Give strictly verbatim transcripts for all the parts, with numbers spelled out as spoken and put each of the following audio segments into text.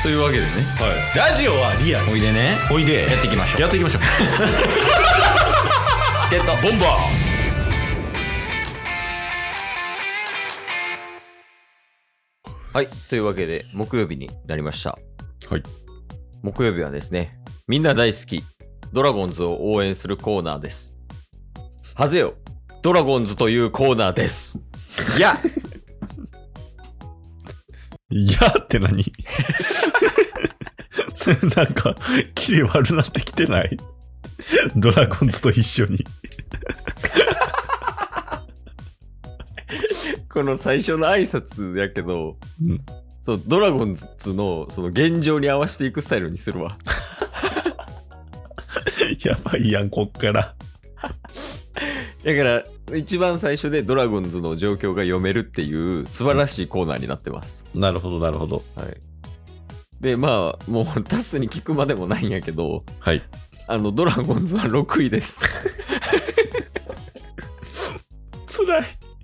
というわけでね、 はい、ラジオはリアル。 おいでね、 おいでやっていきましょう。 やっていきましょうチケットボンバー。はい、というわけで木曜日になりました。 はい、 木曜日はですね、みんな大好きドラゴンズを応援するコーナーです。はぜよドラゴンズというコーナーです。いやいやって何なんかキレ悪なってきてない？ドラゴンズと一緒にこの最初の挨拶やけど、 うん、 そうドラゴンズのその現状に合わせていくスタイルにするわ。 やばいやんこっから。 だから一番最初でドラゴンズの状況が読めるっていう素晴らしいコーナーになってます。 なるほどなるほど。 はい。でまあもうタスに聞くまでもないんやけど、はい。あのドラゴンズはろくいです。 つらい。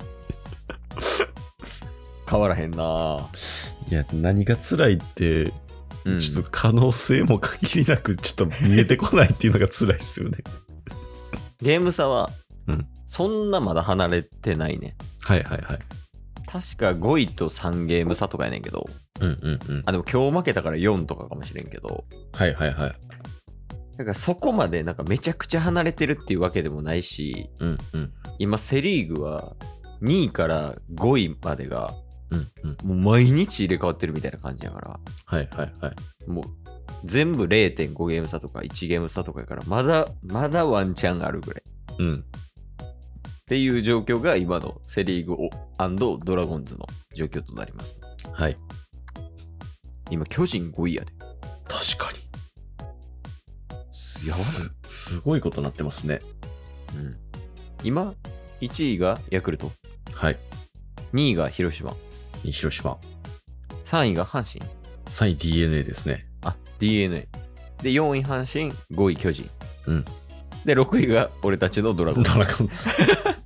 変わらへんな。 いや何が辛いって、うん、ちょっと可能性も限りなくちょっと見えてこないっていうのが辛いですよね。 ゲーム差は、 うん、 そんなまだ離れてないね。 はいはいはい。 確かごいとさんゲーム差とかやねんけど、 うんうんうん。 あでも今日負けたからよんとかかもしれんけど、 はいはいはい。 だからそこまでなんかめちゃくちゃ離れてるっていうわけでもないし、 うんうん、 今セリーグはにいからごいまでが、 うんうん、 もう毎日入れ替わってるみたいな感じやから、 はいはいはい。 もう全部 れいてんご ゲーム差とかいちゲーム差とかやから、まだまだワンチャンあるぐらい。 うん。 っていう状況が今のセリーグ&ドラゴンズの状況となります。 はい。 今巨人ごいやで。 確かに。 やばい。 す、すごいことになってますね。 うん。今いちいがヤクルト。 はい。 にいが広島。 にい広島。 さんいが阪神。 さんい ディーエヌエー ですね。 あ、ディーエヌエー。で、よんい阪神、ごい巨人。 うん。 で、ろくいが俺たちのドラゴンズ。 ドラゴンズ。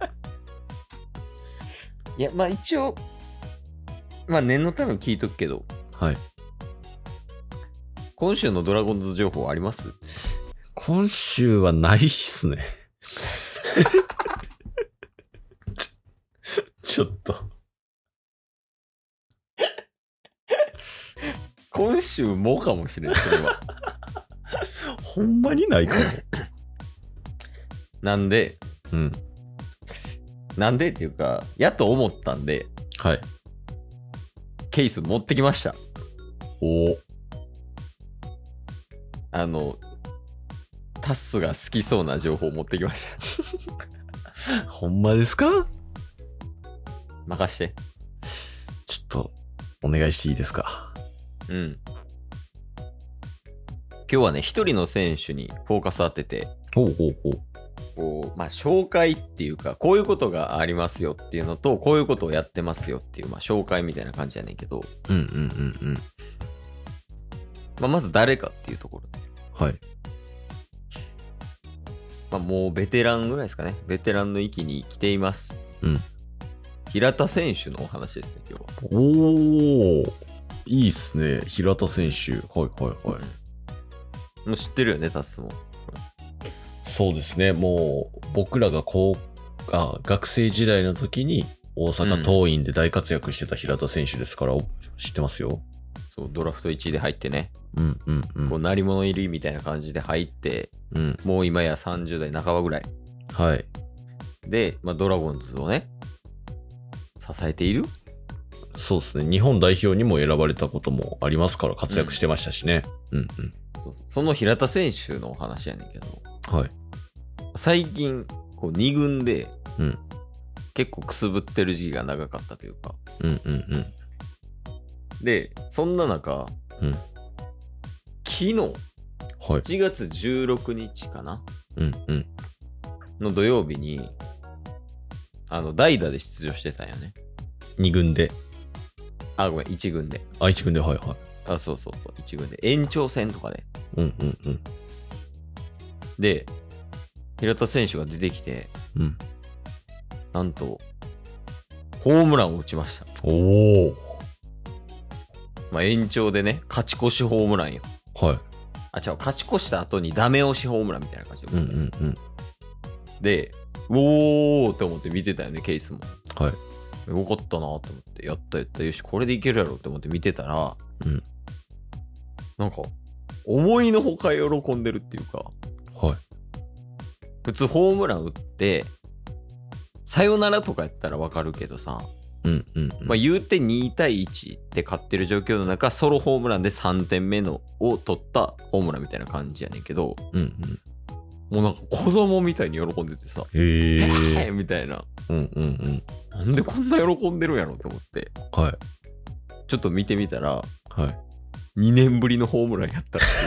いや、まあ一応、まあ念のために聞いとくけど。 はい。 今週のドラゴンズ情報あります？ 今週はないっすね。ちょっと。 今週もかもしれない、それは。 ほんまにないかも。 なんで、 うん。 なんでっていうか、やっと思ったんで、 はい。 ケース持ってきました。 おお。 あの、タッスが好きそうな情報を持ってきました。 ほんまですか？ 任して。 ちょっと、お願いしていいですか？ うん。今日はね、一人の選手にフォーカス当てて、 ほうほうほう。 こう、まあ、紹介っていうか、こういうことがありますよっていうのと、こういうことをやってますよっていう、まあ、紹介みたいな感じやねんけど、 うんうんうんうん。 まあ、まず誰かっていうところで。 はい。 まあ、もうベテランぐらいですかね。ベテランの域に来ています。 うん。 平田選手のお話ですね、今日は。 おー。いいっすね。平田選手。はいはいはい。 もう知ってるよね、タスも。 そうですね。もう、僕らがこう、あ、学生時代の時に大阪桐蔭で大活躍してた平田選手ですから、うん、知ってますよ。 そう、ドラフトいちいで入ってね。 うんうんうん。 こう、鳴り物入りみたいな感じで入って、うん、もう今やさんじゅう代半ばぐらい。 はい。 で、まあ、ドラゴンズをね、支えている？ そうですね。日本代表にも選ばれたこともありますから、活躍してましたしね。うん、うん、うん。 そう、その平田選手のお話やねんけど。 はい。 最近、こうに軍で、 うん、 結構くすぶってる時期が長かったというか。 うんうんうん。 で、そんな中、 うん、 昨日、 はい、 しちがつじゅうろくにちかな、 うんうん、 の土曜日に、あの、代打で出場してたんよね。 に軍で。 あ、ごめん、いち軍で。 あ、いち軍で、はいはい。 あ、そうそうそう、いち軍で。延長戦とかで。 うんうんうん。 で、平田選手が出てきて、 うん、 なんと、ホームランを打ちました。 おー。 まあ、延長でね、勝ち越しホームランよ。 はい。 あ、違う、勝ち越した後にダメ押しホームランみたいな感じで、 うんうんうん。 で、おーって思って見てたよね、ケースも。 はい。 よかったなと思って、やったやった、よし、これでいけるやろって思って見てたら、 うん。 なんか、思いのほか喜んでるっていうか、 はい。 普通ホームラン打って、サヨナラとかやったらわかるけどさ、 うんうん、うん。 まあ言うてに対いちって勝ってる状況の中、ソロホームランでさんてんめのを取ったホームランみたいな感じやねんけど、 うんうん。 もうなんか子供みたいに喜んでてさ、 へー。 へーみたいな。 うんうんうん。 なんでこんな喜んでるんやろって思って、 はい。 ちょっと見てみたら、 はい。 にねんぶりのホームランやったらしい。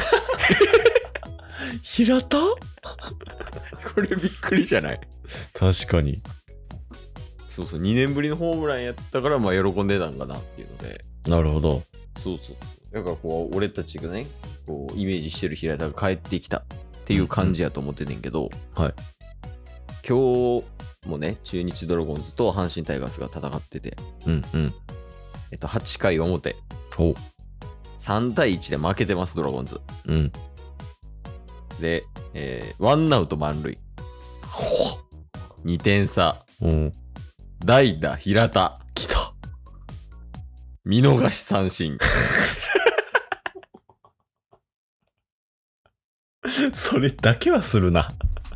平田？ これびっくりじゃない？ 確かに。 そうそう、にねんぶりのホームランやったから、まあ喜んでたんかなっていうので。 なるほど。 そうそうそう。だからこう、俺たちがね、こう、イメージしてる平田が帰ってきたっていう感じやと思っててんけど、 うんうん、はい。 今日もね、中日ドラゴンズと阪神タイガースが戦ってて、 うんうん。 えっと、はちかい表。 お。 さん対いちで負けてます、ドラゴンズ。 うん。 で、えー、ワンアウト満塁。 ほにてん差。 うん。 代打、平田。 来た。 見逃し三振。 それだけはするな。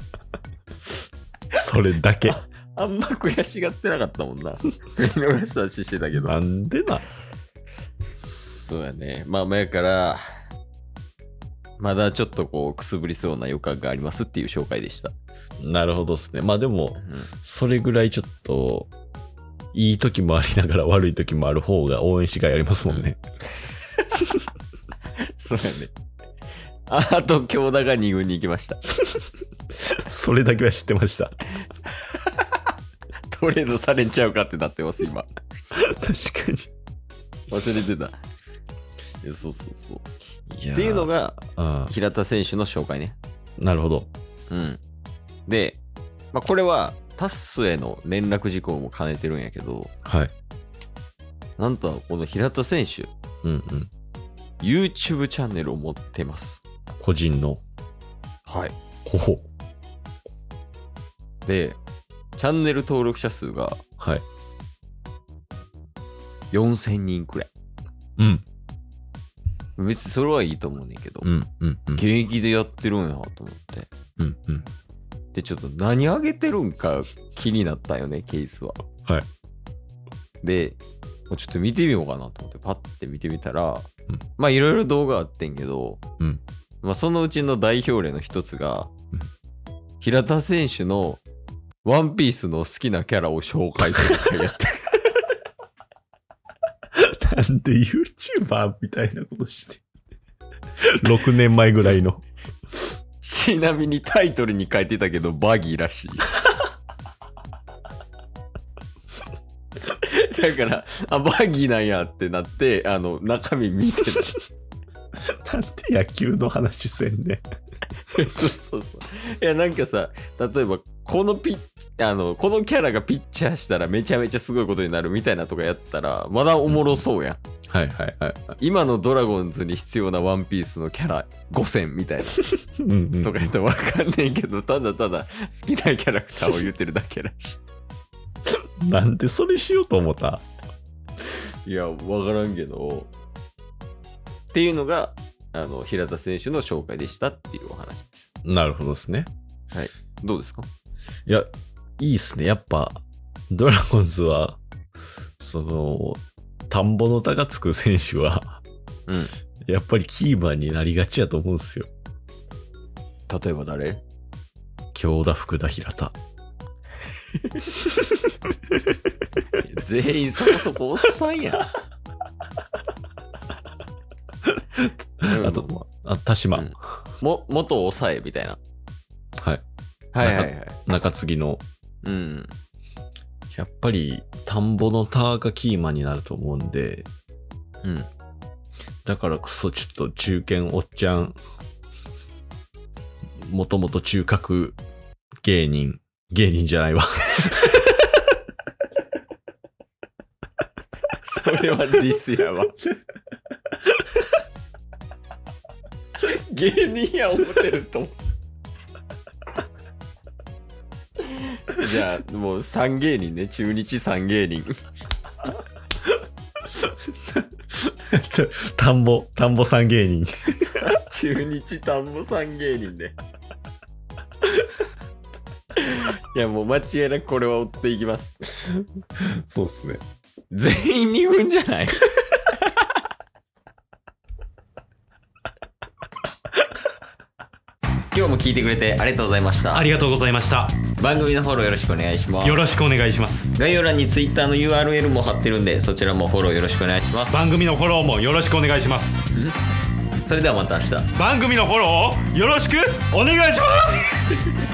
それだけ。 あ, あんま悔しがってなかったもんな。見逃し三振してたけど。 なんでな。 そうやね。まあ、前から、まだちょっとこう、くすぶりそうな予感がありますっていう紹介でした。 なるほどですね。まあでも、 うん、それぐらいちょっと、いい時もありながら悪い時もある方が応援しがいありますもんね。 そうやね。あと、京田がに軍に行きました。 それだけは知ってました。 トレードされちゃうかってなってます、今。 確かに。 忘れてた。いやそうそうそう。いやっていうのが、平田選手の紹介ね。 なるほど。 うん。で、まあ、これは、タスへの連絡事項も兼ねてるんやけど、 はい。 なんと、この平田選手、 うんうん。 YouTube チャンネルを持ってます。 個人の。 はい。 ほほ。 で、チャンネル登録者数が、 はい。 よんせんにんくらい。 うん。 別にそれはいいと思うねんけど、 うんうんうん。 現役でやってるんやと思って。 うんうん。 で、ちょっと何あげてるんか気になったよね、ケースは。 はい。 で、ちょっと見てみようかなと思って、パッて見てみたら、 うん、 まあいろいろ動画あってんけど、 うん、 まあそのうちの代表例の一つが、 うん、 平田選手のワンピースの好きなキャラを紹介する回やって。 なんで YouTuber みたいなことして。ろくねんまえぐらいの。 ちなみにタイトルに書いてたけど、バギーらしい。だから、あ、バギーなんやってなって、あの、中身見てない。 なんで野球の話せんねん。 そうそうそう。いや、なんかさ、例えば、このピッ、あの、このキャラがピッチャーしたらめちゃめちゃすごいことになるみたいなとかやったら、まだおもろそうやん。 はいはいはい。 今のドラゴンズに必要なワンピースのキャラごせんみたいな。 うん、うん。 とか言ったらわかんねんけど、ただただ好きなキャラクターを言ってるだけらしい。なんでそれしようと思った？ いや、わからんけど。っていうのが、あの、平田選手の紹介でしたっていうお話です。 なるほどですね。 はい。どうですか？ いや、いいっすね。やっぱ、ドラゴンズは、その、田んぼの田がつく選手は、 うん。 やっぱりキーマンになりがちやと思うんですよ。 例えば誰？ 京田、福田、平田。 全員そこそこおっさんや。 あと、あ、田島、うん。 も、元抑えみたいな。 はい。 はいはいはい。 中継ぎの。 うん。 やっぱり、田んぼの田がキーマンになると思うんで。 うん。 だからこそ、ちょっと中堅おっちゃん、もともと中核芸人、芸人じゃないわ。 それはディスやわ。 芸人や思ってると思う。じゃあもうさん芸人ね、中日さん芸人。 田んぼ、田んぼさん芸人。 中日田んぼさん芸人で。いやもう間違いなくこれは追っていきます。 そうっすね。 全員にふんじゃない？今日も聞いてくれてありがとうございました。 ありがとうございました。 番組のフォローよろしくお願いします。 よろしくお願いします。 概要欄に Twitter の ユーアールエル も貼ってるんで、そちらもフォローよろしくお願いします。 番組のフォローもよろしくお願いします。 それではまた明日。 番組のフォローをよろしくお願いします。